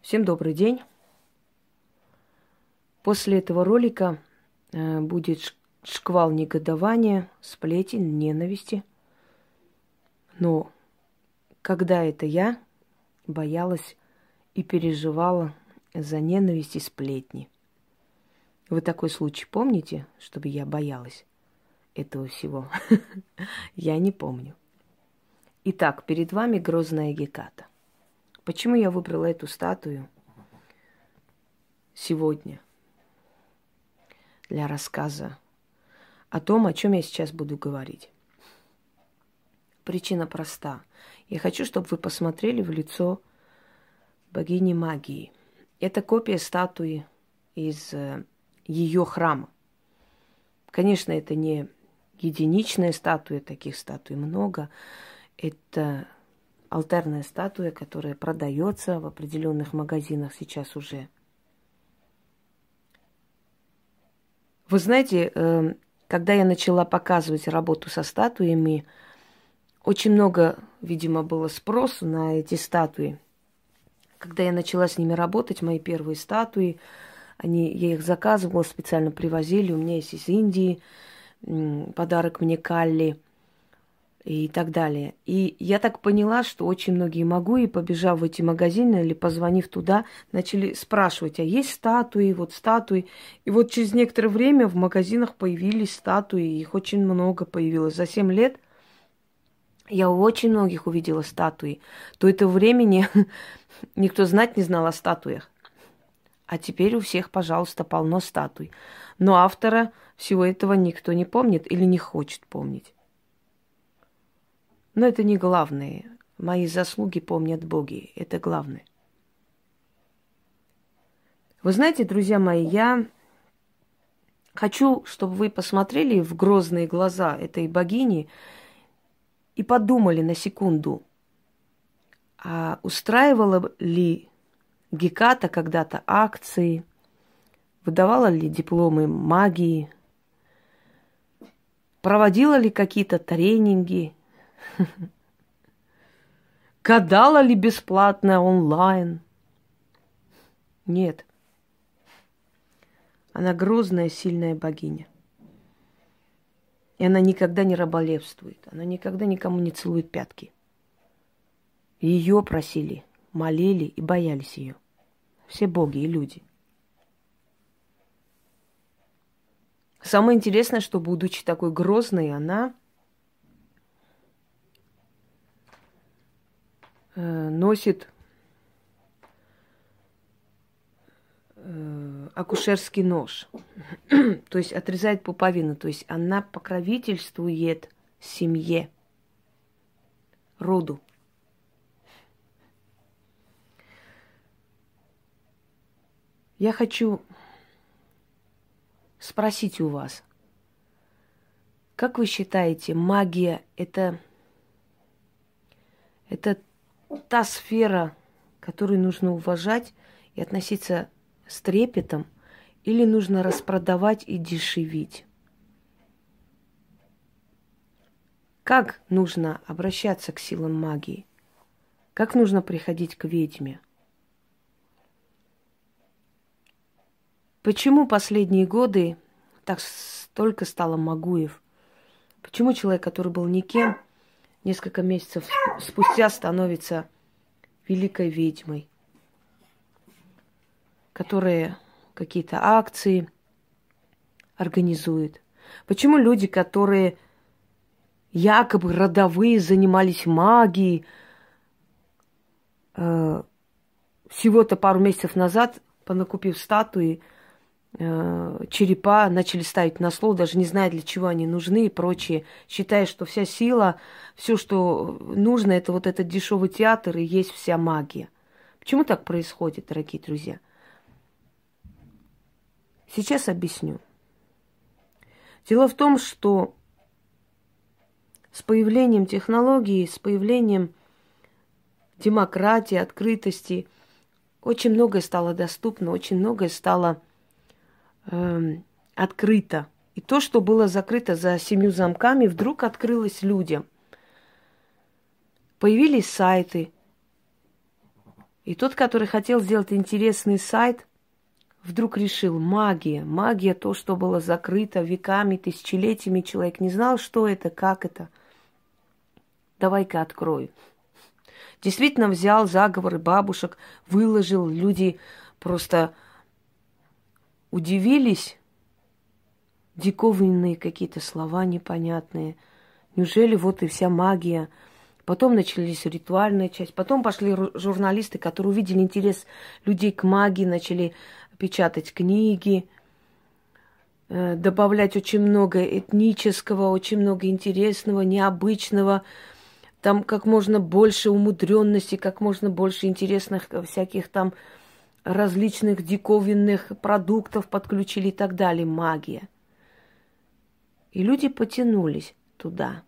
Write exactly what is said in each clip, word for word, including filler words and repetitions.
Всем добрый день. После этого ролика э, будет ш- шквал негодования, сплетен, ненависти. Но когда это я боялась и переживала за ненависть и сплетни? Вы такой случай помните, чтобы я боялась этого всего? Я не помню. Итак, перед вами грозная Геката. Почему я выбрала эту статую сегодня для рассказа о том, о чем я сейчас буду говорить? Причина проста. Я хочу, чтобы вы посмотрели в лицо богини магии. Это копия статуи из э, ее храма. Конечно, это не единичная статуя, таких статуй много. Это алтарная статуя, которая продается в определенных магазинах сейчас уже. Вы знаете, э, когда я начала показывать работу со статуями, очень много, видимо, было спросу на эти статуи. Когда я начала с ними работать, мои первые статуи, они, я их заказывала, специально привозили. У меня есть из Индии м, подарок мне Калли и так далее. И я так поняла, что очень многие магуи, побежав в эти магазины или позвонив туда, начали спрашивать, а есть статуи, вот статуи. И вот через некоторое время в магазинах появились статуи, их очень много появилось. За семь лет я у очень многих увидела статуи. До этого времени никто знать не знал о статуях. А теперь у всех, пожалуйста, полно статуй. Но автора всего этого никто не помнит или не хочет помнить. Но это не главное. Мои заслуги помнят боги. Это главное. Вы знаете, друзья мои, я хочу, чтобы вы посмотрели в грозные глаза этой богини и подумали на секунду, а устраивала ли Геката когда-то акции, выдавала ли дипломы магии, проводила ли какие-то тренинги, гадала ли бесплатно онлайн? Нет. Она грозная, сильная богиня. И она никогда не раболепствует. Она никогда никому не целует пятки. Ее просили, молили и боялись ее. Все боги и люди. Самое интересное, что, будучи такой грозной, она э, носит э, акушерский нож. То есть отрезает пуповину. То есть она покровительствует семье, роду. Я хочу спросить у вас, как вы считаете, магия это, это та сфера, которую нужно уважать и относиться с трепетом, или нужно распродавать и дешевить? Как нужно обращаться к силам магии? Как нужно приходить к ведьме? Почему последние годы так столько стало магуев? Почему человек, который был никем, несколько месяцев спустя становится великой ведьмой, которая какие-то акции организует? Почему люди, которые якобы родовые, занимались магией, э, всего-то пару месяцев назад, понакупив статуи, черепа начали ставить на стол, даже не зная, для чего они нужны и прочее, считая, что вся сила, все, что нужно, это вот этот дешевый театр и есть вся магия. Почему так происходит, дорогие друзья? Сейчас объясню. Дело в том, что с появлением технологий, с появлением демократии, открытости, очень многое стало доступно, очень многое стало открыто. И то, что было закрыто за семью замками, вдруг открылось людям. Появились сайты, И тот, который хотел сделать интересный сайт, вдруг решил: магия, магия, то, что было закрыто веками, тысячелетиями, человек не знал, что это, как это. Давай-ка открою. Действительно взял заговоры бабушек, выложил, люди просто удивились. Диковинные какие-то слова непонятные. Неужели вот и вся магия? Потом начались ритуальная часть. Потом пошли журналисты, которые увидели интерес людей к магии, начали печатать книги, добавлять очень много этнического, очень много интересного, необычного. Там как можно больше умудренности, как можно больше интересных всяких там различных диковинных продуктов подключили и так далее. Магия. И люди потянулись туда.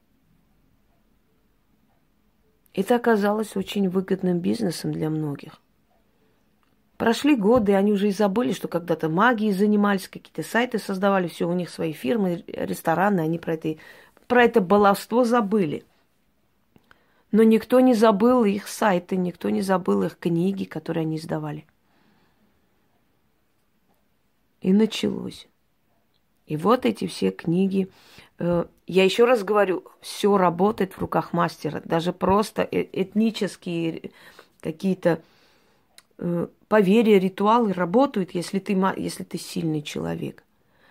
Это оказалось очень выгодным бизнесом для многих. Прошли годы, и они уже и забыли, что когда-то магией занимались, какие-то сайты создавали, все, у них свои фирмы, рестораны, они про это, про это баловство забыли. Но никто не забыл их сайты, никто не забыл их книги, которые они издавали. И началось. И вот эти все книги. Я еще раз говорю, все работает в руках мастера. Даже просто этнические какие-то поверья, ритуалы работают, если ты, если ты сильный человек.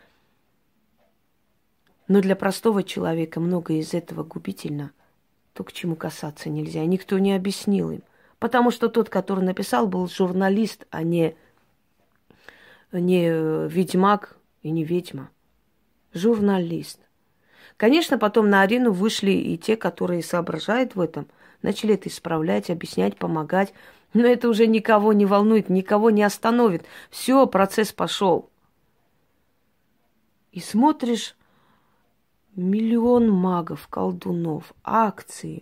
Но для простого человека многое из этого губительно. То, к чему касаться нельзя. И никто не объяснил им. Потому что тот, который написал, был журналист, а не, не ведьмак и не ведьма. Журналист. Конечно, потом на арену вышли и те, которые соображают в этом. Начали это исправлять, объяснять, помогать. Но это уже никого не волнует, никого не остановит. Все, процесс пошел. И смотришь, миллион магов, колдунов, акции,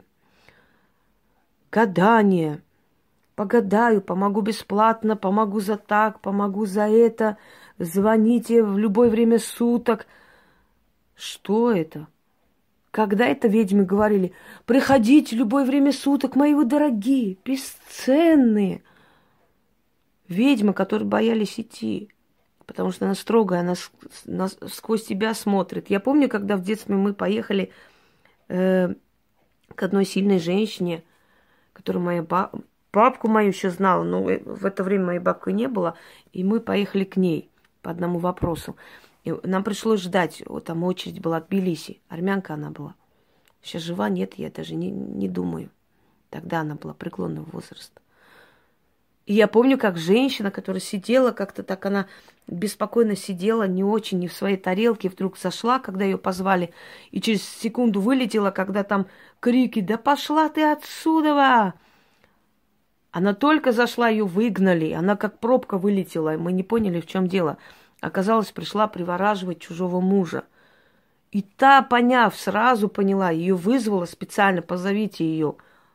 гадания. Погадаю, помогу бесплатно, помогу за так, помогу за это. Звоните в любое время суток. Что это? Когда это ведьмы говорили: приходите в любое время суток, мои вы дорогие, бесценные. Ведьмы, которые боялись идти, потому что она строгая, она сквозь тебя смотрит. Я помню, когда в детстве мы поехали э, к одной сильной женщине, которую моя ба... бабку мою еще знала, но в это время моей бабки не было, и мы поехали к ней по одному вопросу. И нам пришлось ждать, вот там очередь была в Тбилиси, армянка она была. Сейчас жива, нет, я даже не, не думаю. Тогда она была преклонного возраста. И я помню, как женщина, которая сидела, как-то так она беспокойно сидела, не очень, не в своей тарелке, вдруг сошла, когда ее позвали, и через секунду вылетела, когда там крики: «Да пошла ты отсюда!» Она только зашла, ее выгнали, она как пробка вылетела, и мы не поняли, в чем дело. Оказалось, пришла привораживать чужого мужа. И та, поняв, сразу поняла, ее вызвала специально, позовите ее.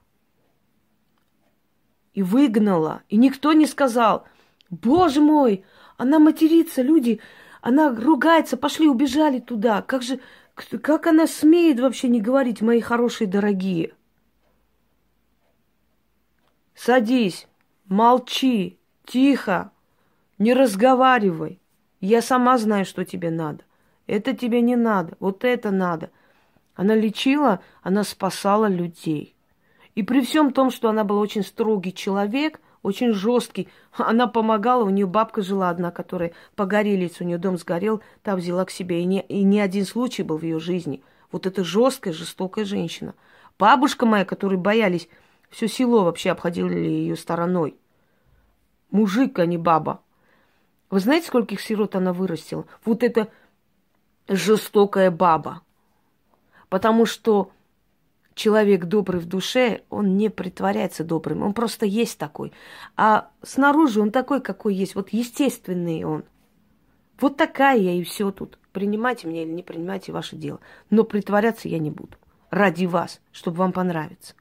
И выгнала. И никто не сказал: боже мой, она матерится, люди, она ругается, пошли, убежали туда. Как же, как она смеет вообще не говорить, мои хорошие, дорогие? Садись, молчи, тихо, не разговаривай. Я сама знаю, что тебе надо. Это тебе не надо, вот это надо. Она лечила, она спасала людей. И при всем том, что она была очень строгий человек, очень жесткий, она помогала, у нее бабка жила одна, которая погорелец, у нее дом сгорел, та взяла к себе. И не, и не один случай был в ее жизни. Вот эта жесткая, жестокая женщина. Бабушка моя, которой боялись, все село вообще обходили ее стороной. Мужик, а не баба. Вы знаете, скольких сирот она вырастила? Вот это жестокая баба. Потому что человек добрый в душе, он не притворяется добрым. Он просто есть такой. А снаружи он такой, какой есть. Вот естественный он. Вот такая я, и все тут. Принимайте меня или не принимайте, ваше дело. Но притворяться я не буду. Ради вас, чтобы вам понравиться.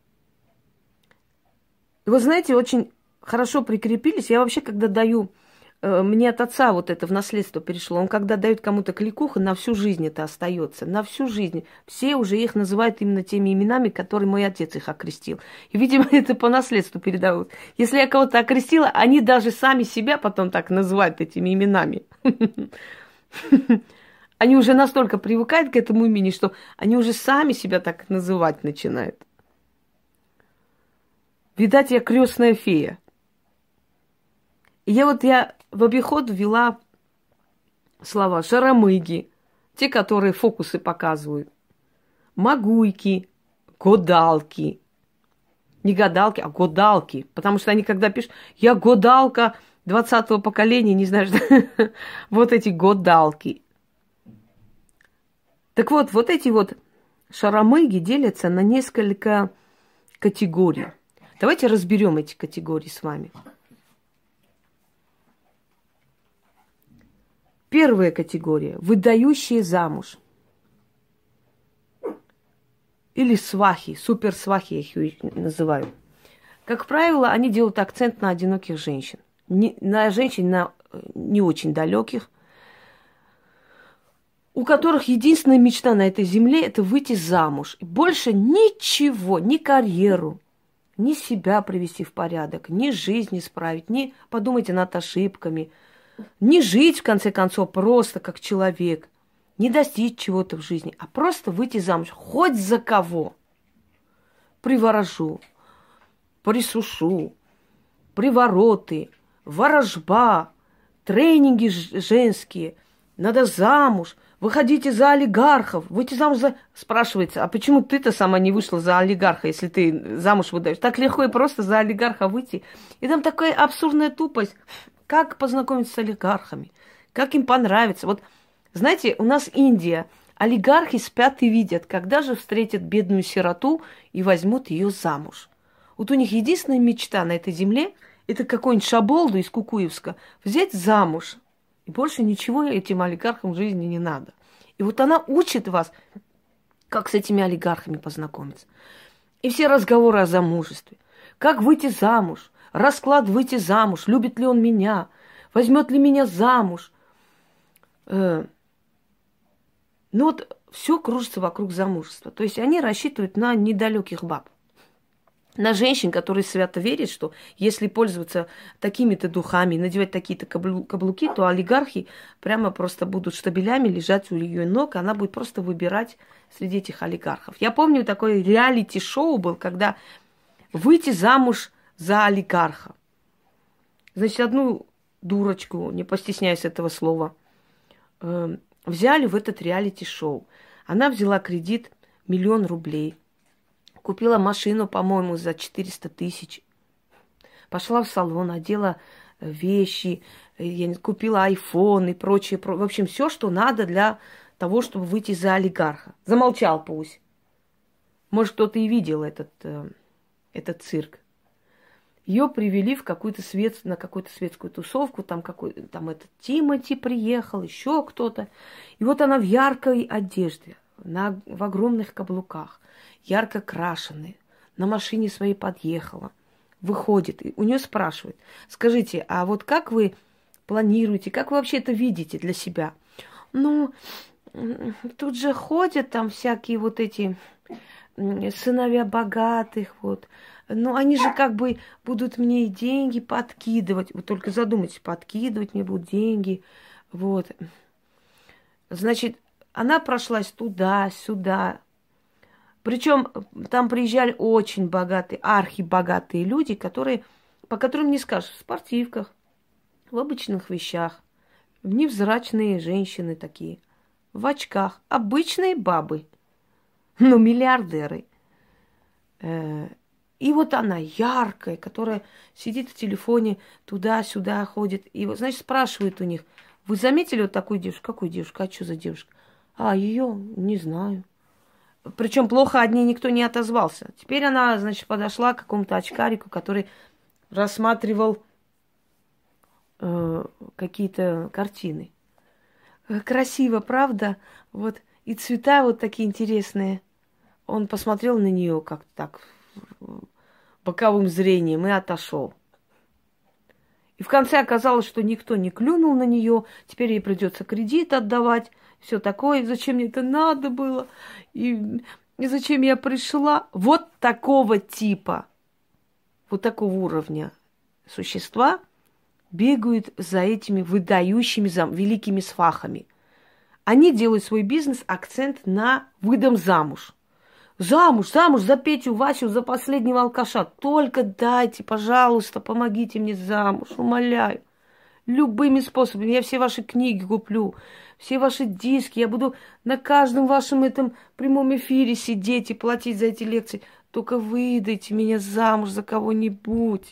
И вы знаете, очень хорошо прикрепились. Я вообще, когда даю э, мне от отца вот это в наследство перешло. Он когда дает кому-то кликуху, на всю жизнь это остается. На всю жизнь. Все уже их называют именно теми именами, которые мой отец их окрестил. И, видимо, это по наследству передают. Если я кого-то окрестила, они даже сами себя потом так называют этими именами. Они уже настолько привыкают к этому имени, что они уже сами себя так называть начинают. Видать, я крестная фея. И я вот я в обиход ввела слова шаромыги, те, которые фокусы показывают, магуйки, гадалки. Не гадалки, а гадалки. Потому что они когда пишут, я гадалка двадцатого поколения, не знаю, что... Вот эти гадалки. Так вот, вот эти вот шаромыги делятся на несколько категорий. Давайте разберем эти категории с вами. Первая категория – выдающие замуж. Или свахи, суперсвахи я их называю. Как правило, они делают акцент на одиноких женщин. Не, на женщин, на не очень далеких, у которых единственная мечта на этой земле – это выйти замуж. И больше ничего, ни карьеру, ни себя привести в порядок, ни жизнь исправить, ни подумайте над ошибками, ни жить, в конце концов, просто как человек, не достичь чего-то в жизни, а просто выйти замуж. Хоть за кого. Приворожу, присушу, привороты, ворожба, тренинги женские, надо замуж. Выходите за олигархов, выйти замуж за... Спрашивается, а почему ты-то сама не вышла за олигарха, если ты замуж выдаешь? Так легко и просто за олигарха выйти. И там такая абсурдная тупость. Как познакомиться с олигархами? Как им понравится? Вот, знаете, у нас Индия. Олигархи спят и видят, когда же встретят бедную сироту и возьмут ее замуж. Вот у них единственная мечта на этой земле – это какой-нибудь шаболду из Кукуевска взять замуж. И больше ничего этим олигархам в жизни не надо. И вот она учит вас, как с этими олигархами познакомиться. И все разговоры о замужестве. Как выйти замуж? Расклад выйти замуж. Любит ли он меня? Возьмет ли меня замуж? Э, ну вот все кружится вокруг замужества. То есть они рассчитывают на недалеких баб. На женщин, которые свято верят, что если пользоваться такими-то духами, надевать такие-то каблуки, то олигархи прямо просто будут штабелями лежать у ее ног, она будет просто выбирать среди этих олигархов. Я помню, такое реалити-шоу был, когда выйти замуж за олигарха. Значит, одну дурочку, не постесняюсь этого слова, э, взяли в этот реалити-шоу. Она взяла кредит миллион рублей. Купила машину, по-моему, за четыреста тысяч. Пошла в салон, одела вещи, я купила айфон и прочее. В общем, все, что надо для того, чтобы выйти за олигарха. Замолчал пусть. Может, кто-то и видел этот, этот цирк. Ее привели в какую-то свет, на какую-то светскую тусовку. Там, какой, там этот Тимати приехал, еще кто-то. И вот она в яркой одежде, на, в огромных каблуках. Ярко крашеная, на машине своей подъехала, выходит, и у нее спрашивают, скажите, а вот как вы планируете, как вы вообще это видите для себя? Ну, тут же ходят там всякие вот эти сыновья богатых, вот, ну, они же как бы будут мне деньги подкидывать, вы только задумайтесь, подкидывать мне будут деньги, вот. Значит, она прошлась туда-сюда. Причем там приезжали очень богатые, архибогатые люди, которые, по которым не скажешь, в спортивках, в обычных вещах, невзрачные женщины такие, в очках, обычные бабы, но миллиардеры. И вот она яркая, которая сидит в телефоне, туда-сюда ходит. И вот, значит, спрашивают у них, вы заметили вот такую девушку? Какую девушку? А что за девушка? А, ее не знаю. Причем плохо одни никто не отозвался. Теперь она, значит, подошла к какому-то очкарику, который рассматривал э, какие-то картины. Красиво, правда? Вот и цвета вот такие интересные. Он посмотрел на нее как-то так боковым зрением и отошел. И в конце оказалось, что никто не клюнул на нее, теперь ей придется кредит отдавать, все такое, зачем мне это надо было, и, и зачем я пришла. Вот такого типа, вот такого уровня существа бегают за этими выдающими, зам, великими свахами. Они делают свой бизнес, акцент на выдам замуж. Замуж, замуж за Петю, Васю, за последнего алкаша. Только дайте, пожалуйста, помогите мне замуж, умоляю. Любыми способами. Я все ваши книги куплю, все ваши диски. Я буду на каждом вашем этом прямом эфире сидеть и платить за эти лекции. Только выдайте меня замуж за кого-нибудь.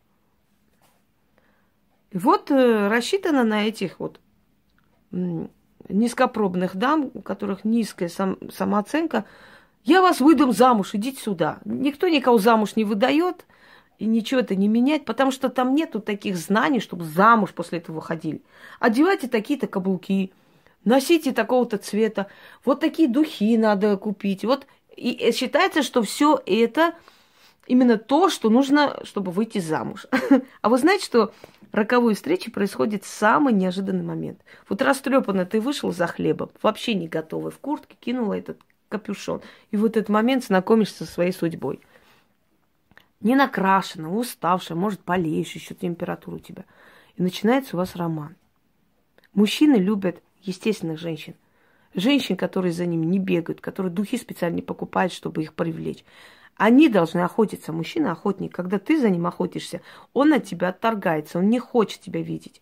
И вот э, рассчитано на этих вот м, низкопробных дам, у которых низкая сам, самооценка. Я вас выдам замуж, идите сюда. Никто никого замуж не выдает, и ничего это не менять, потому что там нету таких знаний, чтобы замуж после этого выходили. Одевайте такие-то каблуки, носите такого-то цвета, вот такие духи надо купить. Вот и считается, что все это именно то, что нужно, чтобы выйти замуж. А вы знаете, что роковые встречи происходят в самый неожиданный момент. Вот растрепанно ты вышел за хлебом, вообще не готовый, в куртке кинула этот капюшон. И в этот момент знакомишься со своей судьбой. Не накрашена, уставшая, может, болеешь, еще температура у тебя. И начинается у вас роман. Мужчины любят естественных женщин. Женщин, которые за ними не бегают, которые духи специально не покупают, чтобы их привлечь. Они должны охотиться. Мужчина охотник. Когда ты за ним охотишься, он от тебя отторгается. Он не хочет тебя видеть.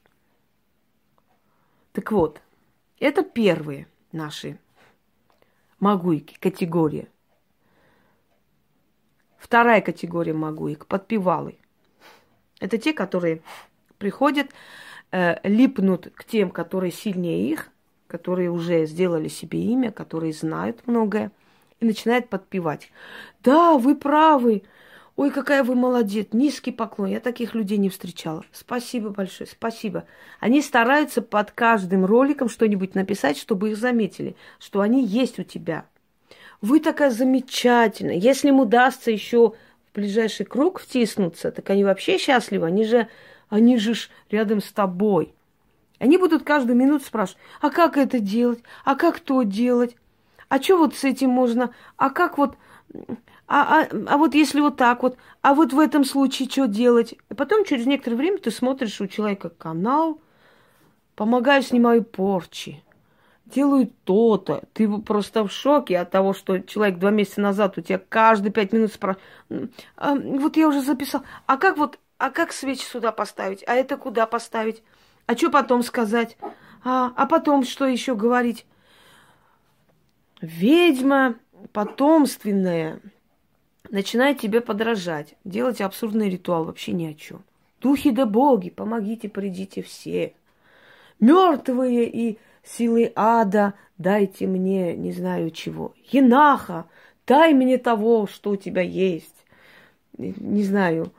Так вот, это первые наши магуйки, категория. Вторая категория магуек – подпевалы. Это те, которые приходят, э, липнут к тем, которые сильнее их, которые уже сделали себе имя, которые знают многое, и начинают подпевать. Да, вы правы. Ой, какая вы молодец. Низкий поклон. Я таких людей не встречала. Спасибо большое, спасибо. Они стараются под каждым роликом что-нибудь написать, чтобы их заметили, что они есть у тебя. Вы такая замечательная. Если им удастся еще в ближайший круг втиснуться, так они вообще счастливы. Они же, они же ж рядом с тобой. Они будут каждую минуту спрашивать, а как это делать? А как то делать? А что вот с этим можно? А как вот... А, а, а вот если вот так вот? А вот в этом случае что делать? И потом через некоторое время ты смотришь у человека канал, помогаю, снимаю порчи. Делают то-то. Ты просто в шоке от того, что человек два месяца назад у тебя каждые пять минут спрашивает. А, вот я уже записал. А как вот, а как свечи сюда поставить? А это куда поставить? А что потом сказать? А, а потом что еще говорить? Ведьма потомственная начинает тебе подражать. Делать абсурдный ритуал вообще ни о чем. Духи да боги, помогите, придите все. Мертвые и силы ада, дайте мне не знаю чего. Енаха, дай мне того, что у тебя есть. Не знаю.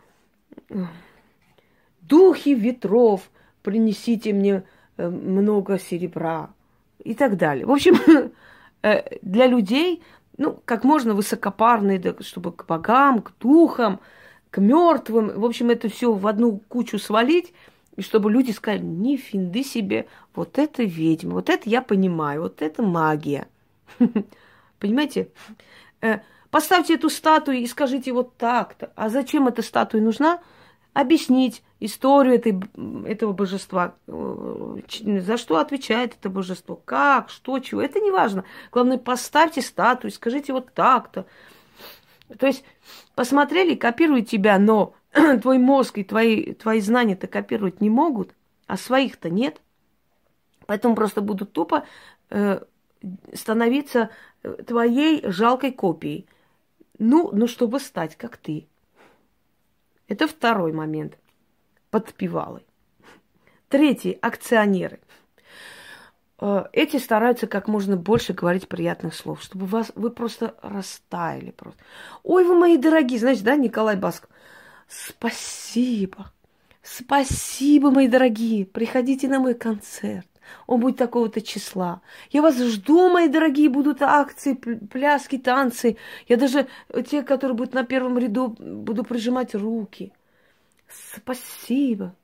Духи ветров, принесите мне много серебра. И так далее. В общем, для людей, ну, как можно высокопарные, да, чтобы к богам, к духам, к мертвым, в общем, это все в одну кучу свалить. И чтобы люди сказали, ни финды себе, вот это ведьма, вот это я понимаю, вот это магия. Понимаете? Поставьте эту статую и скажите вот так-то. А зачем эта статуя нужна? Объяснить историю этой, этого божества. За что отвечает это божество? Как, что, чего. Это не важно. Главное, поставьте статую, скажите вот так-то. То есть посмотрели, копируют тебя, но твой мозг и твои, твои знания-то копировать не могут, а своих-то нет. Поэтому просто будут тупо э, становиться твоей жалкой копией. Ну, ну, чтобы стать как ты. Это второй момент. Подпевалы. Третий. Акционеры. Э, эти стараются как можно больше говорить приятных слов, чтобы вас, вы просто растаяли. Просто. Ой, вы мои дорогие. Знаете, да, Николай Басков? Спасибо. Спасибо, мои дорогие. Приходите на мой концерт. Он будет такого-то числа. Я вас жду, мои дорогие. Будут акции, пляски, танцы. Я даже те, которые будут на первом ряду, буду прижимать руки. Спасибо.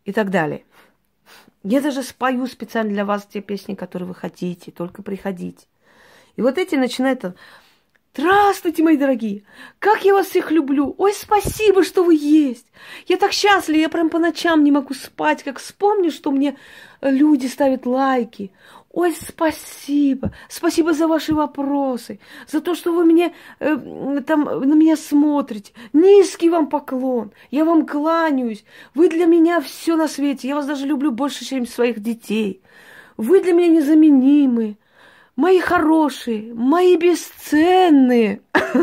и так далее. Я даже спою специально для вас те песни, которые вы хотите, только приходите. И вот эти начинают: здравствуйте, мои дорогие! Как я вас всех люблю! Ой, спасибо, что вы есть! Я так счастлива, я прям по ночам не могу спать, как вспомню, что мне люди ставят лайки. Ой, спасибо! Спасибо за ваши вопросы, за то, что вы мне, э, там, на меня смотрите. Низкий вам поклон, я вам кланяюсь. Вы для меня все на свете. Я вас даже люблю больше, чем своих детей. Вы для меня незаменимы. Мои хорошие, мои бесценные.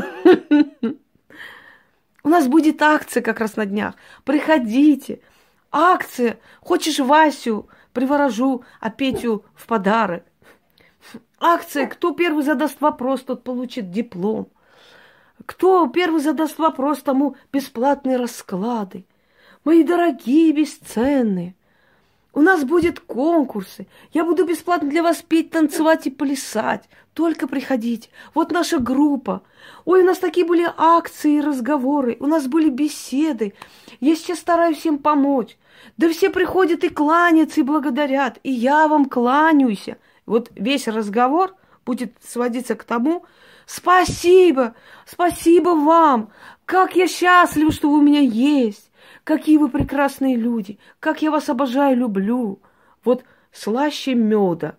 У нас будет акция как раз на днях. Приходите. Акция. Хочешь Васю приворожу, а Петю в подарок. Акция. Кто первый задаст вопрос, тот получит диплом. Кто первый задаст вопрос, тому бесплатные расклады. Мои дорогие, бесценные. У нас будут конкурсы. Я буду бесплатно для вас петь, танцевать и плясать. Только приходите. Вот наша группа. Ой, у нас такие были акции и разговоры. У нас были беседы. Я сейчас стараюсь всем помочь. Да все приходят и кланятся, и благодарят. И я вам кланяюсь. Вот весь разговор будет сводиться к тому: спасибо, спасибо вам. Как я счастлива, что вы у меня есть. Какие вы прекрасные люди! Как я вас обожаю, люблю! Вот слаще меда.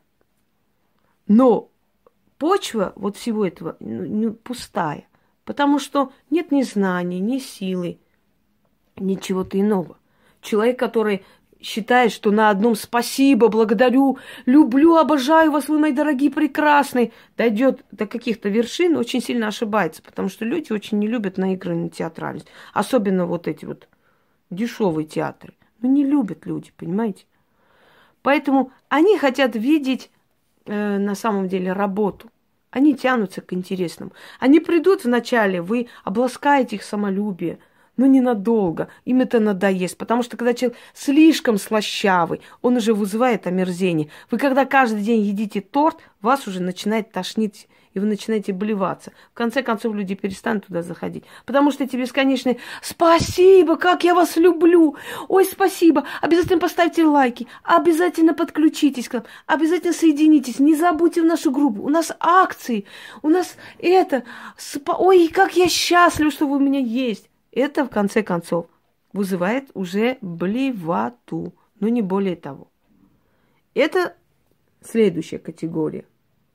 Но почва вот всего этого ну, пустая. Потому что нет ни знаний, ни силы, ни чего-то иного. Человек, который считает, что на одном спасибо, благодарю, люблю, обожаю вас, вы мои дорогие, прекрасные, дойдет до каких-то вершин, очень сильно ошибается. Потому что люди очень не любят наигранную театральность. Особенно вот эти вот дешевые театры. Ну, не любят люди, понимаете? Поэтому они хотят видеть э, на самом деле работу. Они тянутся к интересному. Они придут вначале, вы обласкаете их самолюбие, но ненадолго. Им это надоест. Потому что когда человек слишком слащавый, он уже вызывает омерзение. Вы когда каждый день едите торт, вас уже начинает тошнить, и вы начинаете блеваться. В конце концов, люди перестанут туда заходить. Потому что эти бесконечные «Спасибо, как я вас люблю! Ой, спасибо! Обязательно поставьте лайки! Обязательно подключитесь к нам! Обязательно соединитесь! Не забудьте в нашу группу! У нас акции! У нас это! Ой, как я счастлива, что вы у меня есть!» Это, в конце концов, вызывает уже блевоту. Но не более того. Это следующая категория.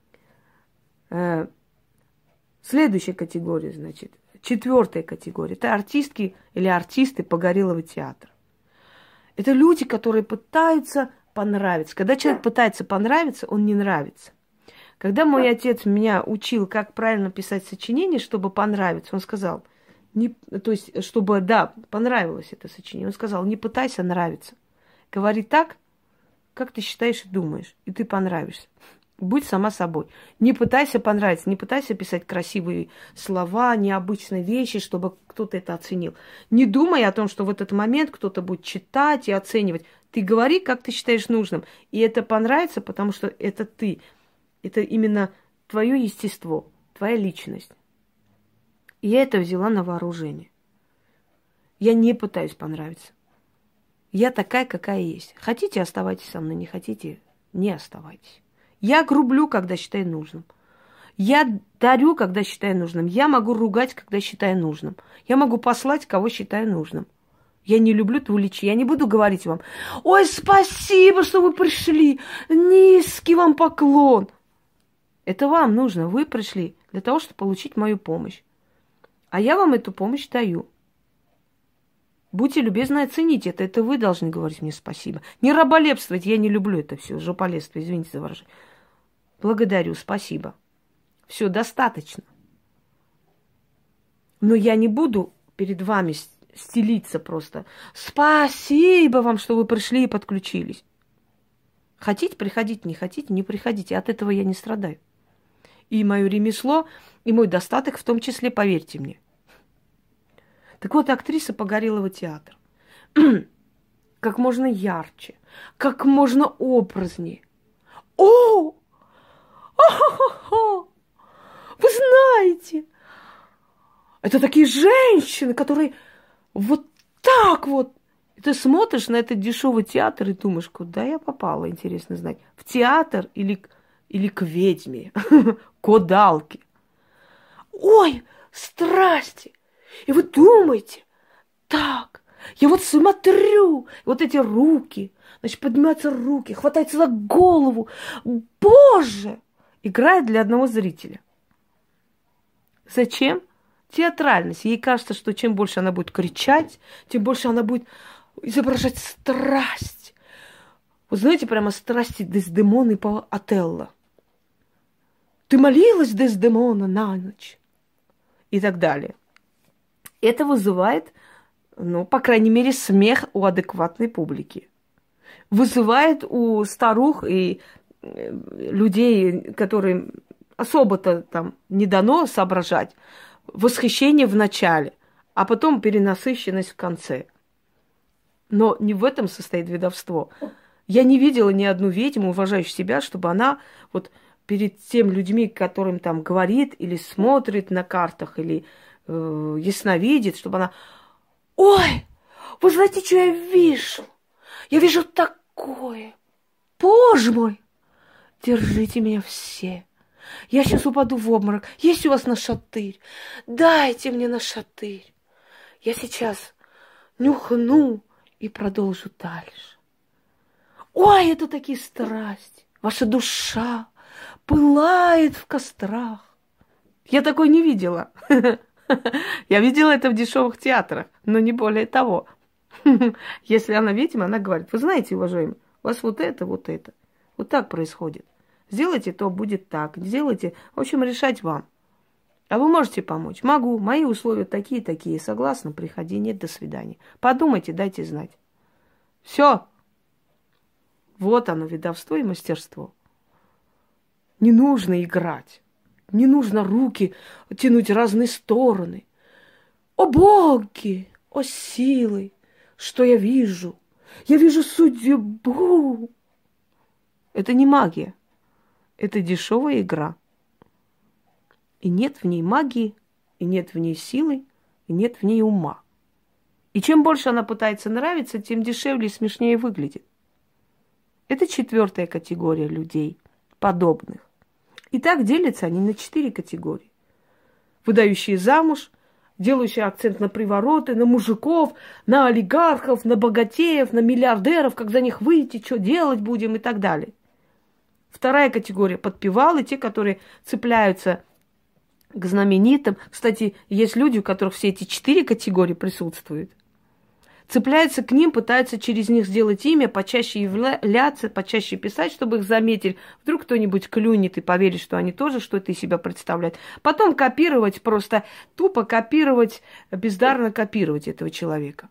Следующая категория, значит, четвертая категория. Это артистки или артисты погорелого театра. Это люди, которые пытаются понравиться. Когда человек пытается понравиться, он не нравится. Когда мой отец меня учил, как правильно писать сочинение, чтобы понравиться, он сказал, не, то есть, чтобы, да, понравилось это сочинение, он сказал, не пытайся нравиться. Говори так, как ты считаешь и думаешь, и ты понравишься. Будь сама собой. Не пытайся понравиться, не пытайся писать красивые слова, необычные вещи, чтобы кто-то это оценил. Не думай о том, что в этот момент кто-то будет читать и оценивать. Ты говори, как ты считаешь нужным. И это понравится, потому что это ты. Это именно твое естество, твоя личность. И я это взяла на вооружение. Я не пытаюсь понравиться. Я такая, какая есть. Хотите, оставайтесь со мной, не хотите, не оставайтесь. Я грублю, когда считаю нужным. Я дарю, когда считаю нужным. Я могу ругать, когда считаю нужным. Я могу послать, кого считаю нужным. Я не люблю твуличи. Я не буду говорить вам: ой, спасибо, что вы пришли. Низкий вам поклон. Это вам нужно. Вы пришли для того, чтобы получить мою помощь. А я вам эту помощь даю. Будьте любезны, оцените это. Это вы должны говорить мне спасибо. Не раболепствовать. Я не люблю это все. Жополепство, извините за выражение. Благодарю, спасибо. Все, достаточно. Но я не буду перед вами стелиться просто. Спасибо вам, что вы пришли и подключились. Хотите, приходите, не хотите, не приходите. От этого я не страдаю. И мое ремесло, и мой достаток в том числе, поверьте мне. Так вот, актриса погорелого театра. Как можно ярче, как можно образнее. О! А-ха-ха-ха! Вы знаете, это такие женщины, которые вот так вот И ты смотришь на этот дешевый театр и думаешь, куда я попала, интересно знать. В театр или, к- или к ведьме, к одалке. Ой, страсти! И вы думаете, так, я вот смотрю, вот эти руки, значит, поднимаются руки, хватается за голову. Боже! Играет для одного зрителя. Зачем? Театральность. Ей кажется, что чем больше она будет кричать, тем больше она будет изображать страсть. Вы знаете, прямо страсти Дездемоны по Отелло. Ты молилась, Дездемона, на ночь? И так далее. Это вызывает, ну, по крайней мере, смех у адекватной публики. Вызывает у старух и людей, которым особо-то там не дано соображать, восхищение в начале, а потом перенасыщенность в конце. Но не в этом состоит ведовство. Я не видела ни одну ведьму, уважающую себя, чтобы она вот перед тем людьми, которым там говорит или смотрит на картах, или э, ясновидит, чтобы она... Ой, вы знаете, что я вижу? Я вижу такое. Боже мой! Держите меня все. Я сейчас упаду в обморок. Есть у вас нашатырь? Дайте мне нашатырь. Я сейчас нюхну и продолжу дальше. Ой, это такие страсти. Ваша душа пылает в кострах. Я такой не видела. Я видела это в дешевых театрах, но не более того. Если она ведьма, она говорит, вы знаете, уважаемый, у вас вот это, вот это. Вот так происходит. Сделайте, то будет так. Сделайте, в общем, решать вам. А вы можете помочь? Могу. Мои условия такие-такие. Согласна? Приходи. Нет, до свидания. Подумайте, дайте знать. Все. Вот оно, ведовство и мастерство. Не нужно играть. Не нужно руки тянуть в разные стороны. О боги! О силы! Что я вижу? Я вижу судьбу. Это не магия. Это дешевая игра. И нет в ней магии, и нет в ней силы, и нет в ней ума. И чем больше она пытается нравиться, тем дешевле и смешнее выглядит. Это четвертая категория людей, подобных. И так делятся они на четыре категории. Выдающие замуж, делающие акцент на привороты, на мужиков, на олигархов, на богатеев, на миллиардеров, как за них выйти, что делать будем и так далее. Вторая категория – подпевалы, те, которые цепляются к знаменитым. Кстати, есть люди, у которых все эти четыре категории присутствуют. Цепляются к ним, пытаются через них сделать имя, почаще являться, почаще писать, чтобы их заметили. Вдруг кто-нибудь клюнет и поверит, что они тоже что-то из себя представляют. Потом копировать, просто тупо копировать, бездарно копировать этого человека.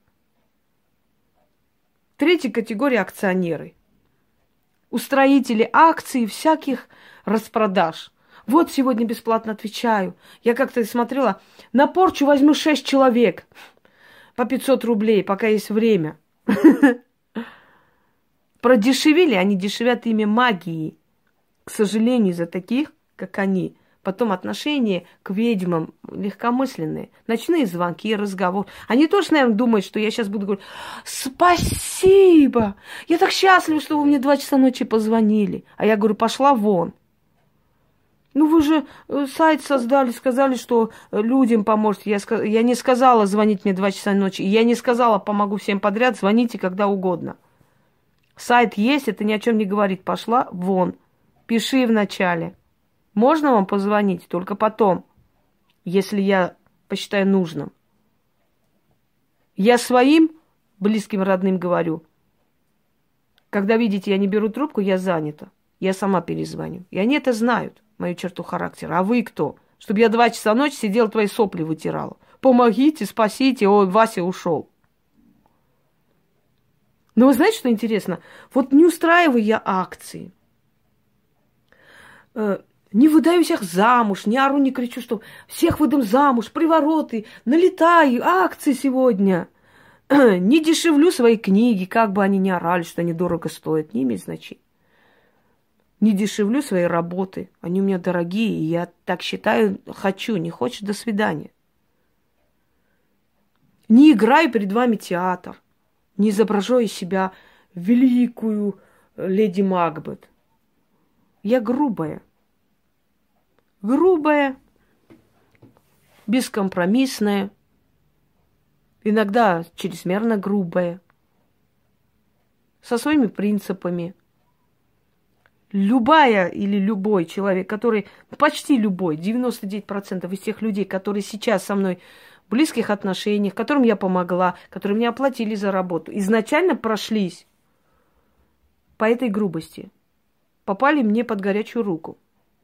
Третья категория – акционеры. Устроители акций, всяких распродаж. Вот сегодня бесплатно отвечаю. Я как-то смотрела, на порчу возьму шесть человек по пятьсот рублей, пока есть время. Продешевели, они дешевят имя магии. К сожалению, за таких, как они. Потом отношения к ведьмам легкомысленные. Ночные звонки, разговор. Они тоже, наверное, думают, что я сейчас буду говорить: спасибо, я так счастлива, что вы мне два часа ночи позвонили. А я говорю: пошла вон. Ну вы же сайт создали, сказали, что людям поможете. Я, сказ... я не сказала звонить мне два часа ночи. Я не сказала помогу всем подряд, звоните когда угодно. Сайт есть, это ни о чем не говорит. Пошла вон. Пиши вначале. Можно вам позвонить, только потом, если я посчитаю нужным. Я своим близким, родным говорю: когда видите, я не беру трубку, я занята. Я сама перезвоню. И они это знают, мою черту характера. А вы кто? Чтобы я два часа ночи сидела, твои сопли вытирала. Помогите, спасите, ой, Вася ушел. Но вы знаете, что интересно? Вот не устраиваю я акции. Не выдаю всех замуж, не ору, не кричу, что всех выдам замуж, привороты, налетаю, акции сегодня. Не дешевлю свои книги, как бы они ни орали, что они дорого стоят, не имеет значения. Не дешевлю свои работы, они у меня дорогие, и я так считаю, хочу, не хочешь, до свидания. Не играю перед вами театр, не изображаю из себя великую леди Макбет. Я грубая. Грубая, бескомпромиссная, иногда чрезмерно грубая, со своими принципами. Любая или любой человек, который, почти любой, девяносто девять процентов из тех людей, которые сейчас со мной в близких отношениях, которым я помогла, которые мне оплатили за работу, изначально прошлись по этой грубости, попали мне под горячую руку.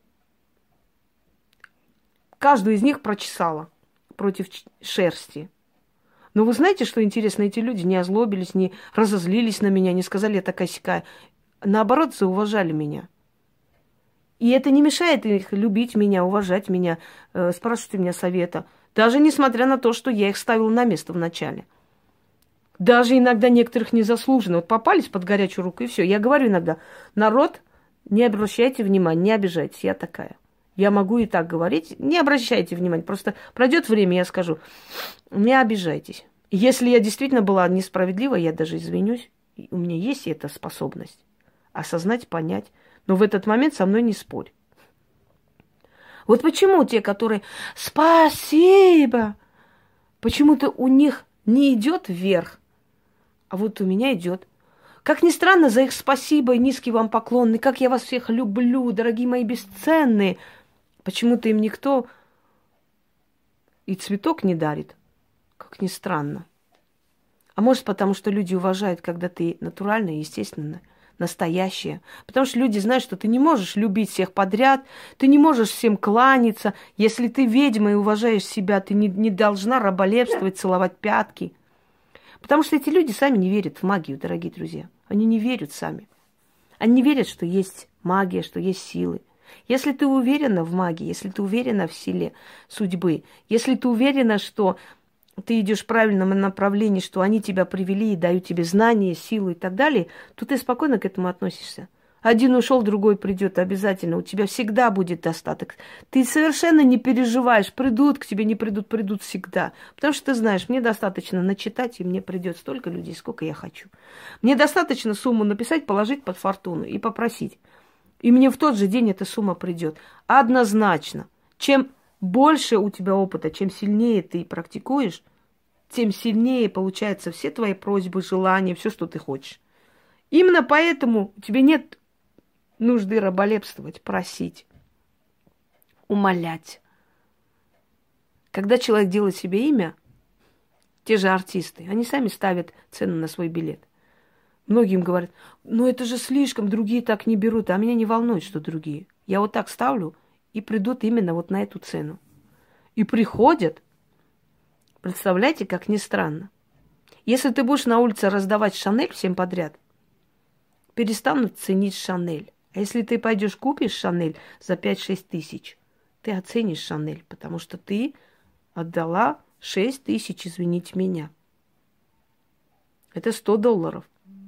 Каждую из них прочесала против шерсти. Но вы знаете, что интересно? Эти люди не озлобились, не разозлились на меня, не сказали, я такая-сякая. Наоборот, зауважали меня. И это не мешает их любить меня, уважать меня, э, спрашивать у меня совета. Даже несмотря на то, что я их ставила на место вначале. Даже иногда некоторых незаслуженно. Вот попались под горячую руку, и все. Я говорю иногда, народ, не обращайте внимания, не обижайтесь, я такая. Я могу и так говорить, не обращайте внимания. Просто пройдет время, я скажу, не обижайтесь. Если я действительно была несправедлива, я даже извинюсь. У меня есть эта способность осознать, понять. Но в этот момент со мной не спорь. Вот почему те, которые «спасибо», почему-то у них не идет вверх, а вот у меня идет. Как ни странно, за их спасибо и низкий вам поклон, и как я вас всех люблю, дорогие мои бесценные, почему-то им никто и цветок не дарит. Как ни странно. А может, потому что люди уважают, когда ты натуральная, естественно, настоящая. Потому что люди знают, что ты не можешь любить всех подряд, ты не можешь всем кланяться. Если ты ведьма и уважаешь себя, ты не, не должна раболепствовать, целовать пятки. Потому что эти люди сами не верят в магию, дорогие друзья. Они не верят сами. Они не верят, что есть магия, что есть силы. Если ты уверена в магии, если ты уверена в силе судьбы, если ты уверена, что ты идешь в правильном направлении, что они тебя привели и дают тебе знания, силу и так далее, то ты спокойно к этому относишься. Один ушел, другой придет обязательно. У тебя всегда будет достаток. Ты совершенно не переживаешь, придут к тебе, не придут, придут всегда. Потому что ты знаешь, мне достаточно начитать, и мне придет столько людей, сколько я хочу. Мне достаточно сумму написать, положить под фортуну и попросить. И мне в тот же день эта сумма придет. Однозначно. Чем больше у тебя опыта, чем сильнее ты практикуешь, тем сильнее получаются все твои просьбы, желания, все, что ты хочешь. Именно поэтому тебе нет нужды раболепствовать, просить, умолять. Когда человек делает себе имя, те же артисты, они сами ставят цену на свой билет. Многим говорят, ну это же слишком, другие так не берут, а меня не волнует, что другие. Я вот так ставлю, и придут именно вот на эту цену. И приходят, представляете, как ни странно. Если ты будешь на улице раздавать Шанель всем подряд, перестанут ценить Шанель. А если ты пойдешь купишь Шанель за пять-шесть тысяч, ты оценишь Шанель, потому что ты отдала шесть тысяч, извините меня. Это сто долларов.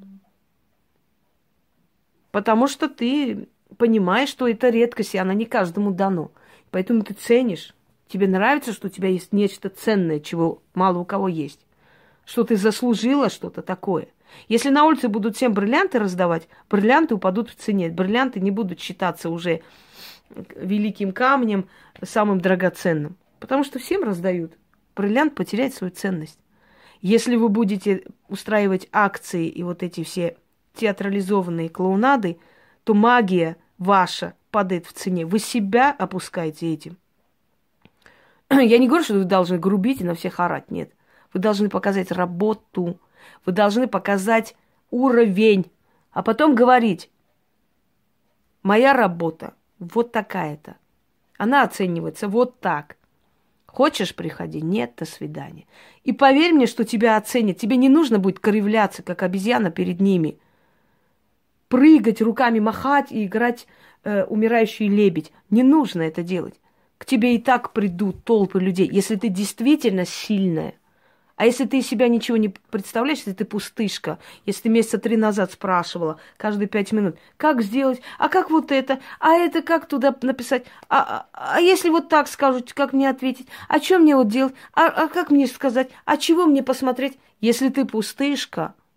Потому что ты понимаешь, что это редкость, и она не каждому дано. Поэтому ты ценишь. Тебе нравится, что у тебя есть нечто ценное, чего мало у кого есть. Что ты заслужила что-то такое. Если на улице будут всем бриллианты раздавать, бриллианты упадут в цене. Бриллианты не будут считаться уже великим камнем, самым драгоценным. Потому что всем раздают. Бриллиант потеряет свою ценность. Если вы будете устраивать акции и вот эти все театрализованные клоунады, то магия ваша падает в цене. Вы себя опускаете этим. Я не говорю, что вы должны грубить и на всех орать. Нет. Вы должны показать работу. Вы должны показать уровень. А потом говорить, моя работа вот такая-то. Она оценивается вот так. Хочешь, приходи? Нет, до свидания. И поверь мне, что тебя оценят. Тебе не нужно будет кривляться, как обезьяна перед ними. Прыгать, руками махать и играть э, умирающий лебедь. Не нужно это делать. К тебе и так придут толпы людей, если ты действительно сильная. А если ты из себя ничего не представляешь, если ты пустышка, если ты месяца три назад спрашивала каждые пять минут, как сделать, а как вот это, а это как туда написать, а, а, а если вот так скажут, как мне ответить, а что мне вот делать, а, а как мне сказать, а чего мне посмотреть? Если ты пустышка,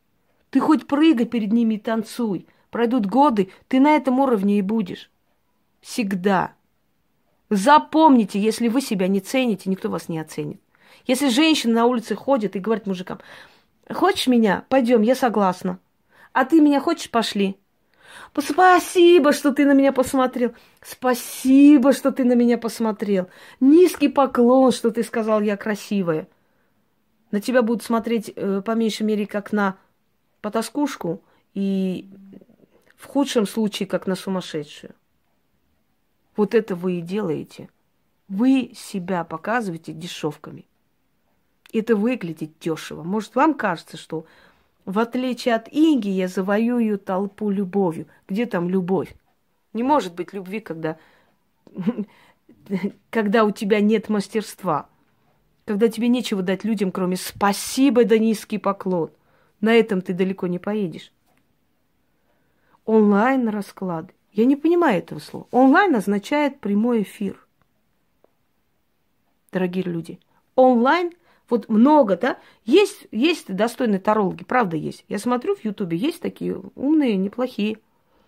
Ты хоть прыгай перед ними и танцуй. Пройдут годы, ты на этом уровне и будешь. Всегда. Запомните, если вы себя не цените, никто вас не оценит. Если женщина на улице ходит и говорит мужикам: хочешь меня? Пойдем, я согласна. А ты меня хочешь? Пошли. Спасибо, что ты на меня посмотрел. Спасибо, что ты на меня посмотрел. Низкий поклон, что ты сказал, я красивая. На тебя будут смотреть, э, по меньшей мере, как на потаскушку и в худшем случае, как на сумасшедшую. Вот это вы и делаете. Вы себя показываете дешевками. Это выглядит дешево. Может, вам кажется, что в отличие от Инги я завоюю толпу любовью. Где там любовь? Не может быть любви, когда, когда у тебя нет мастерства. Когда тебе нечего дать людям, кроме спасибо да низкий поклон. На этом ты далеко не поедешь. Онлайн-расклады. Я не понимаю этого слова. Онлайн означает прямой эфир. Дорогие люди. Онлайн, вот много, да? Есть, есть достойные тарологи, правда есть. Я смотрю в Ютубе, есть такие умные, неплохие.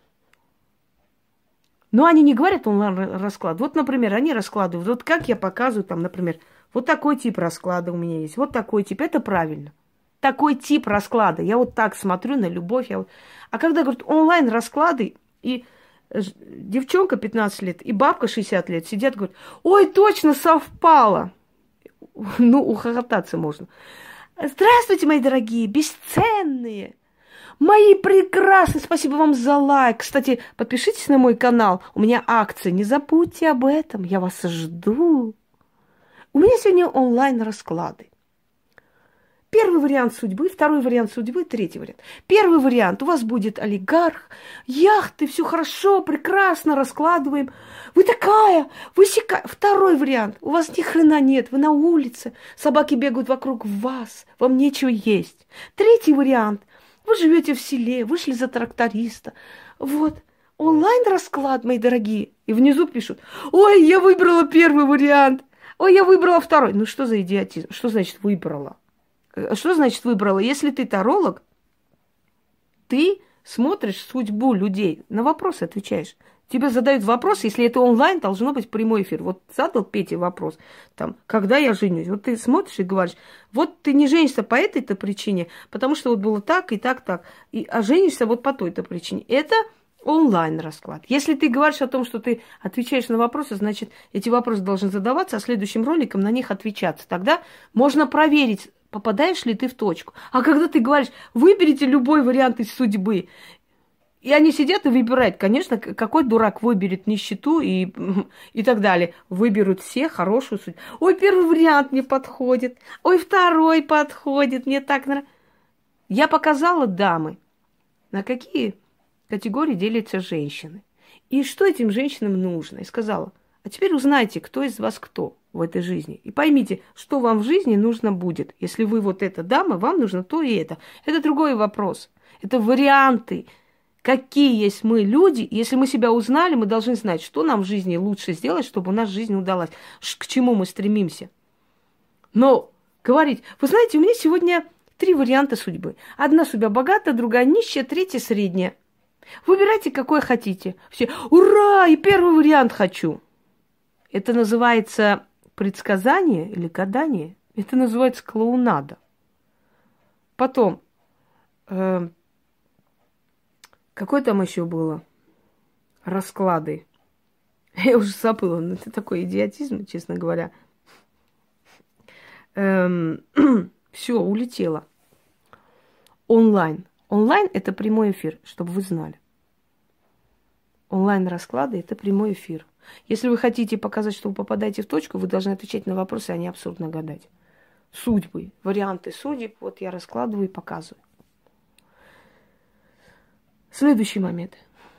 Но они не говорят онлайн-расклад. Вот, например, они раскладывают. Вот как я показываю, там, например, вот такой тип расклада у меня есть. Вот такой тип. Это правильно. Такой тип расклада. Я вот так смотрю на любовь. Я вот... А когда говорят онлайн-расклады, и девчонка пятнадцать лет, и бабка шестьдесят лет сидят, говорят: ой, точно совпало. Ну, ухохотаться можно. Здравствуйте, мои дорогие, бесценные. Мои прекрасные, спасибо вам за лайк. Кстати, подпишитесь на мой канал. У меня акции. Не забудьте об этом. Я вас жду. У меня сегодня онлайн-расклады. Первый вариант судьбы, второй вариант судьбы, третий вариант. Первый вариант. У вас будет олигарх, яхты, все хорошо, прекрасно, раскладываем. Вы такая, вы сякая. Второй вариант. У вас ни хрена нет, вы на улице, собаки бегают вокруг вас, вам нечего есть. Третий вариант. Вы живете в селе, вышли за тракториста. Вот. Онлайн-расклад, мои дорогие. И внизу пишут: ой, я выбрала первый вариант. Ой, я выбрала второй. Ну что за идиотизм? Что значит выбрала? Что значит выбрала? Если ты таролог, ты смотришь судьбу людей, на вопросы отвечаешь. Тебе задают вопрос, если это онлайн, должно быть прямой эфир. Вот задал Пете вопрос, там, когда я женюсь. Вот ты смотришь и говоришь: вот ты не женишься по этой-то причине, потому что вот было так и так, так. И, а женишься вот по той-то причине. Это онлайн-расклад. Если ты говоришь о том, что ты отвечаешь на вопросы, значит, эти вопросы должны задаваться, а следующим роликом на них отвечаться. Тогда можно проверить, попадаешь ли ты в точку. А когда ты говоришь: выберите любой вариант из судьбы, и они сидят и выбирают, конечно, какой дурак выберет нищету и, и так далее. Выберут все хорошую судьбу. Ой, первый вариант мне подходит. Ой, второй подходит. Мне так нравится. Я показала, дамы, на какие категории делятся женщины. И что этим женщинам нужно. И сказала: а теперь узнайте, кто из вас кто в этой жизни. И поймите, что вам в жизни нужно будет. Если вы вот эта дама, вам нужно то и это. Это другой вопрос. Это варианты. Какие есть мы люди, если мы себя узнали, мы должны знать, что нам в жизни лучше сделать, чтобы у нас жизнь удалась, к чему мы стремимся. Но говорить: вы знаете, у меня сегодня три варианта судьбы. Одна судьба богатая, другая нищая, третья средняя. Выбирайте, какой хотите. Все: ура, и первый вариант хочу. Это называется предсказание или гадание. Это называется клоунада. Потом... Э, Какое там еще было? Расклады. Я уже забыла, но это такой идиотизм, честно говоря. Эм, все, улетело. Онлайн. Онлайн – это прямой эфир, чтобы вы знали. Онлайн-расклады – это прямой эфир. Если вы хотите показать, что вы попадаете в точку, вы должны отвечать на вопросы, а не абсурдно гадать. Судьбы, варианты судеб, вот я раскладываю и показываю. Следующий момент.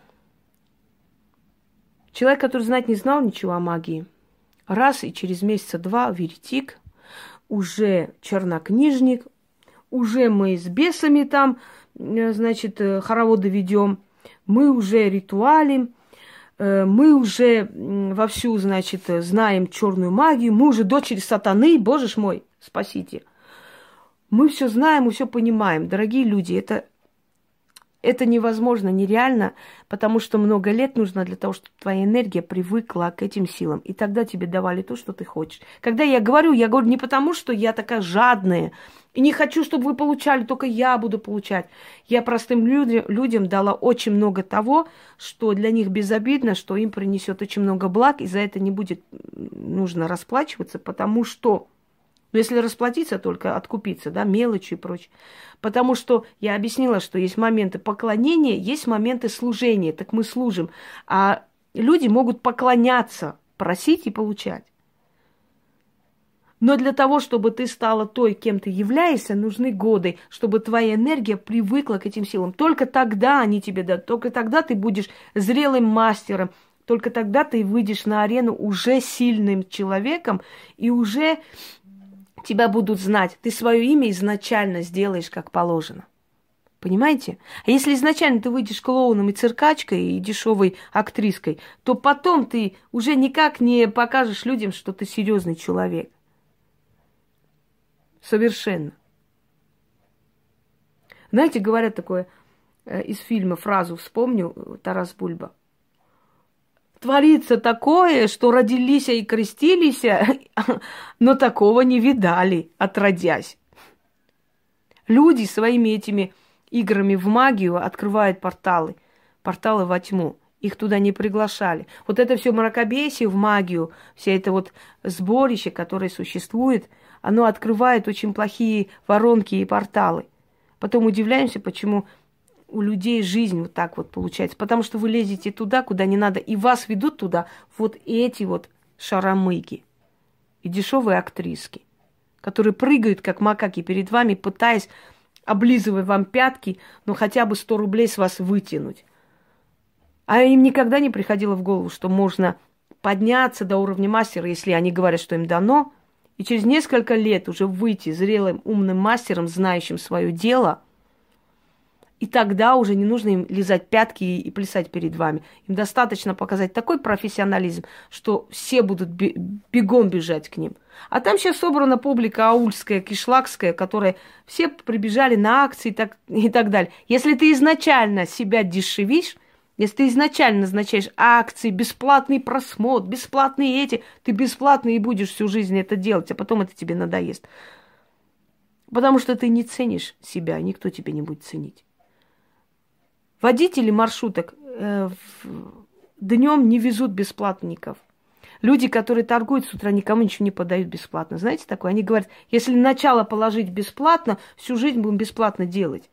Человек, который знать не знал ничего о магии, раз и через месяца два веретик, уже чернокнижник, уже мы с бесами там, значит, хороводы ведем, мы уже ритуалим, мы уже вовсю, значит, знаем черную магию, мы уже дочери сатаны, боже ж мой, спасите. Мы все знаем, мы все понимаем. Дорогие люди, это Это невозможно, нереально, потому что много лет нужно для того, чтобы твоя энергия привыкла к этим силам. И тогда тебе давали то, что ты хочешь. Когда я говорю, я говорю не потому, что я такая жадная, и не хочу, чтобы вы получали, только я буду получать. Я простым людям, людям дала очень много того, что для них безобидно, что им принесет очень много благ, и за это не будет нужно расплачиваться, потому что... Но если расплатиться, только откупиться, да, мелочи и прочее. Потому что я объяснила, что есть моменты поклонения, есть моменты служения. Так мы служим. А люди могут поклоняться, просить и получать. Но для того, чтобы ты стала той, кем ты являешься, нужны годы, чтобы твоя энергия привыкла к этим силам. Только тогда они тебе дадут, только тогда ты будешь зрелым мастером, только тогда ты выйдешь на арену уже сильным человеком и уже... Тебя будут знать. Ты свое имя изначально сделаешь как положено. Понимаете? А если изначально ты выйдешь клоуном и циркачкой, и дешевой актриской, то потом ты уже никак не покажешь людям, что ты серьезный человек. Совершенно. Знаете, говорят такое э, из фильма, фразу вспомню, Тарас Бульба. Творится такое, что родились и крестились, но такого не видали, отродясь. Люди своими этими играми в магию открывают порталы, порталы во тьму. Их туда не приглашали. Вот это все мракобесие в магию, все это вот сборище, которое существует, оно открывает очень плохие воронки и порталы. Потом удивляемся, почему... У людей жизнь вот так вот получается. Потому что вы лезете туда, куда не надо. И вас ведут туда вот эти вот шаромыги и дешевые актриски, которые прыгают, как макаки, перед вами, пытаясь, облизывая вам пятки, но хотя бы сто рублей с вас вытянуть. А им никогда не приходило в голову, что можно подняться до уровня мастера, если они говорят, что им дано, и через несколько лет уже выйти зрелым, умным мастером, знающим свое дело. И тогда уже не нужно им лизать пятки и плясать перед вами. Им достаточно показать такой профессионализм, что все будут бегом бежать к ним. А там сейчас собрана публика аульская, кишлакская, которая все прибежали на акции и так, и так далее. Если ты изначально себя дешевишь, если ты изначально назначаешь акции, бесплатный просмотр, бесплатные эти, ты бесплатно и будешь всю жизнь это делать, а потом это тебе надоест. Потому что ты не ценишь себя, никто тебя не будет ценить. Водители маршруток э, днем не везут бесплатников. Люди, которые торгуют с утра, никому ничего не подают бесплатно. Знаете такое? Они говорят, если начало положить бесплатно, всю жизнь будем бесплатно делать.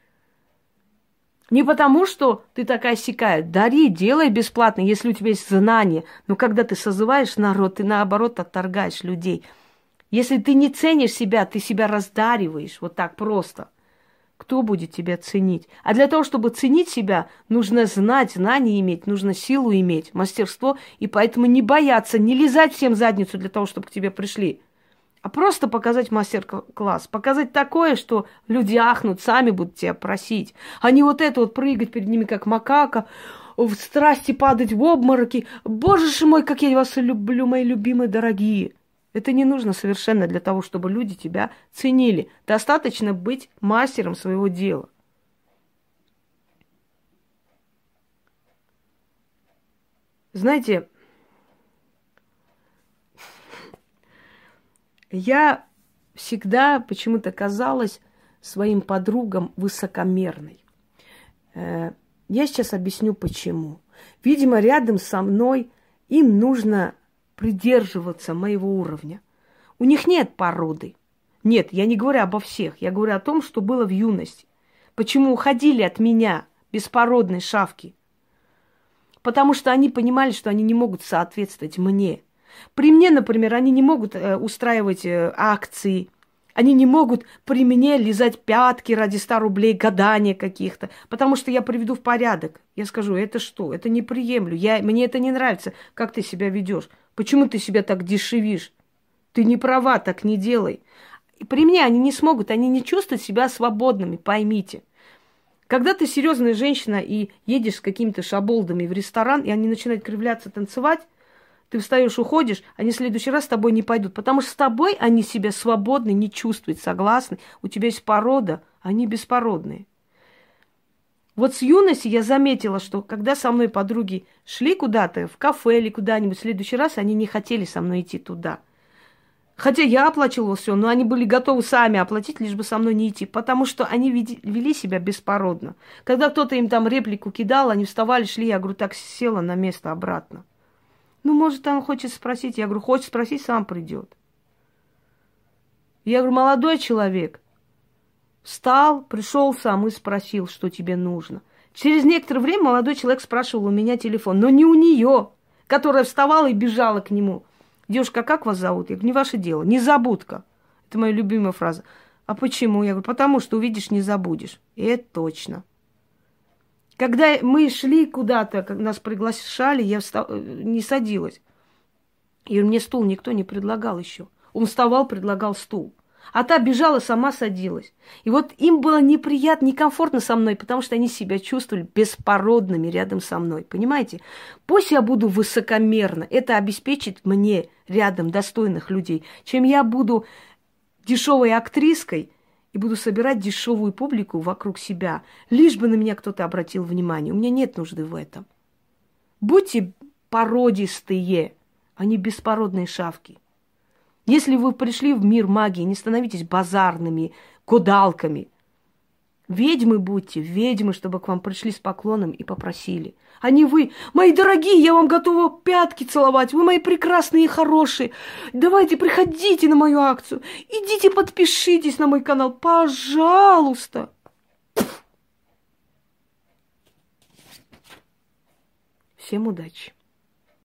Не потому, что ты такая сякая. Дари, делай бесплатно, если у тебя есть знания. Но когда ты созываешь народ, ты наоборот отторгаешь людей. Если ты не ценишь себя, ты себя раздариваешь вот так просто. Кто будет тебя ценить? А для того, чтобы ценить себя, нужно знать, знания иметь, нужно силу иметь, мастерство. И поэтому не бояться, не лизать всем задницу для того, чтобы к тебе пришли. А просто показать мастер-класс. Показать такое, что люди ахнут, сами будут тебя просить. А не вот это вот прыгать перед ними, как макака, в страсти падать в обмороки. Боже ж мой, как я вас люблю, мои любимые, дорогие. Это не нужно совершенно для того, чтобы люди тебя ценили. Достаточно быть мастером своего дела. Знаете, я всегда почему-то казалась своим подругам высокомерной. Я сейчас объясню, почему. Видимо, рядом со мной им нужно придерживаться моего уровня. У них нет породы. Нет, я не говорю обо всех. Я говорю о том, что было в юности. Почему уходили от меня беспородные шавки? Потому что они понимали, что они не могут соответствовать мне. При мне, например, они не могут э, устраивать э, акции. Они не могут при мне лизать пятки ради ста рублей, гадания каких-то. Потому что я приведу в порядок. Я скажу, это что? Это не приемлю. Я, мне это не нравится, как ты себя ведешь. Почему ты себя так дешевишь? Ты не права, так не делай. И при мне они не смогут, они не чувствуют себя свободными, поймите. Когда ты серьезная женщина и едешь с какими-то шаболдами в ресторан, и они начинают кривляться, танцевать, ты встаешь, уходишь, они в следующий раз с тобой не пойдут. Потому что с тобой они себя свободны, не чувствуют, согласны. У тебя есть порода, они беспородные. Вот с юности я заметила, что когда со мной подруги шли куда-то, в кафе или куда-нибудь, в следующий раз они не хотели со мной идти туда. Хотя я оплачивала все, но они были готовы сами оплатить, лишь бы со мной не идти, потому что они веди- вели себя беспородно. Когда кто-то им там реплику кидал, они вставали, шли, я говорю, так села на место обратно. Ну, может, он хочет спросить, я говорю, хочет спросить, сам придет. Я говорю, молодой человек, встал, пришел сам и спросил, что тебе нужно. Через некоторое время молодой человек спрашивал у меня телефон, но не у нее, которая вставала и бежала к нему. Девушка, как вас зовут? Я говорю, не ваше дело, незабудка. Это моя любимая фраза. А почему? Я говорю, потому что увидишь, не забудешь. И это точно. Когда мы шли куда-то, как нас приглашали, я встав... не садилась. Я говорю, мне стул никто не предлагал еще. Он вставал, предлагал стул. А та бежала, сама садилась. И вот им было неприятно, некомфортно со мной, потому что они себя чувствовали беспородными рядом со мной. Понимаете? Пусть я буду высокомерна, это обеспечит мне рядом достойных людей, чем я буду дешевой актриской и буду собирать дешевую публику вокруг себя, лишь бы на меня кто-то обратил внимание. У меня нет нужды в этом. Будьте породистые, а не беспородные шавки. Если вы пришли в мир магии, не становитесь базарными гадалками. Ведьмы будьте, ведьмы, чтобы к вам пришли с поклоном и попросили. А не вы, мои дорогие, я вам готова пятки целовать, вы мои прекрасные и хорошие. Давайте, приходите на мою акцию, идите подпишитесь на мой канал, пожалуйста. Всем удачи.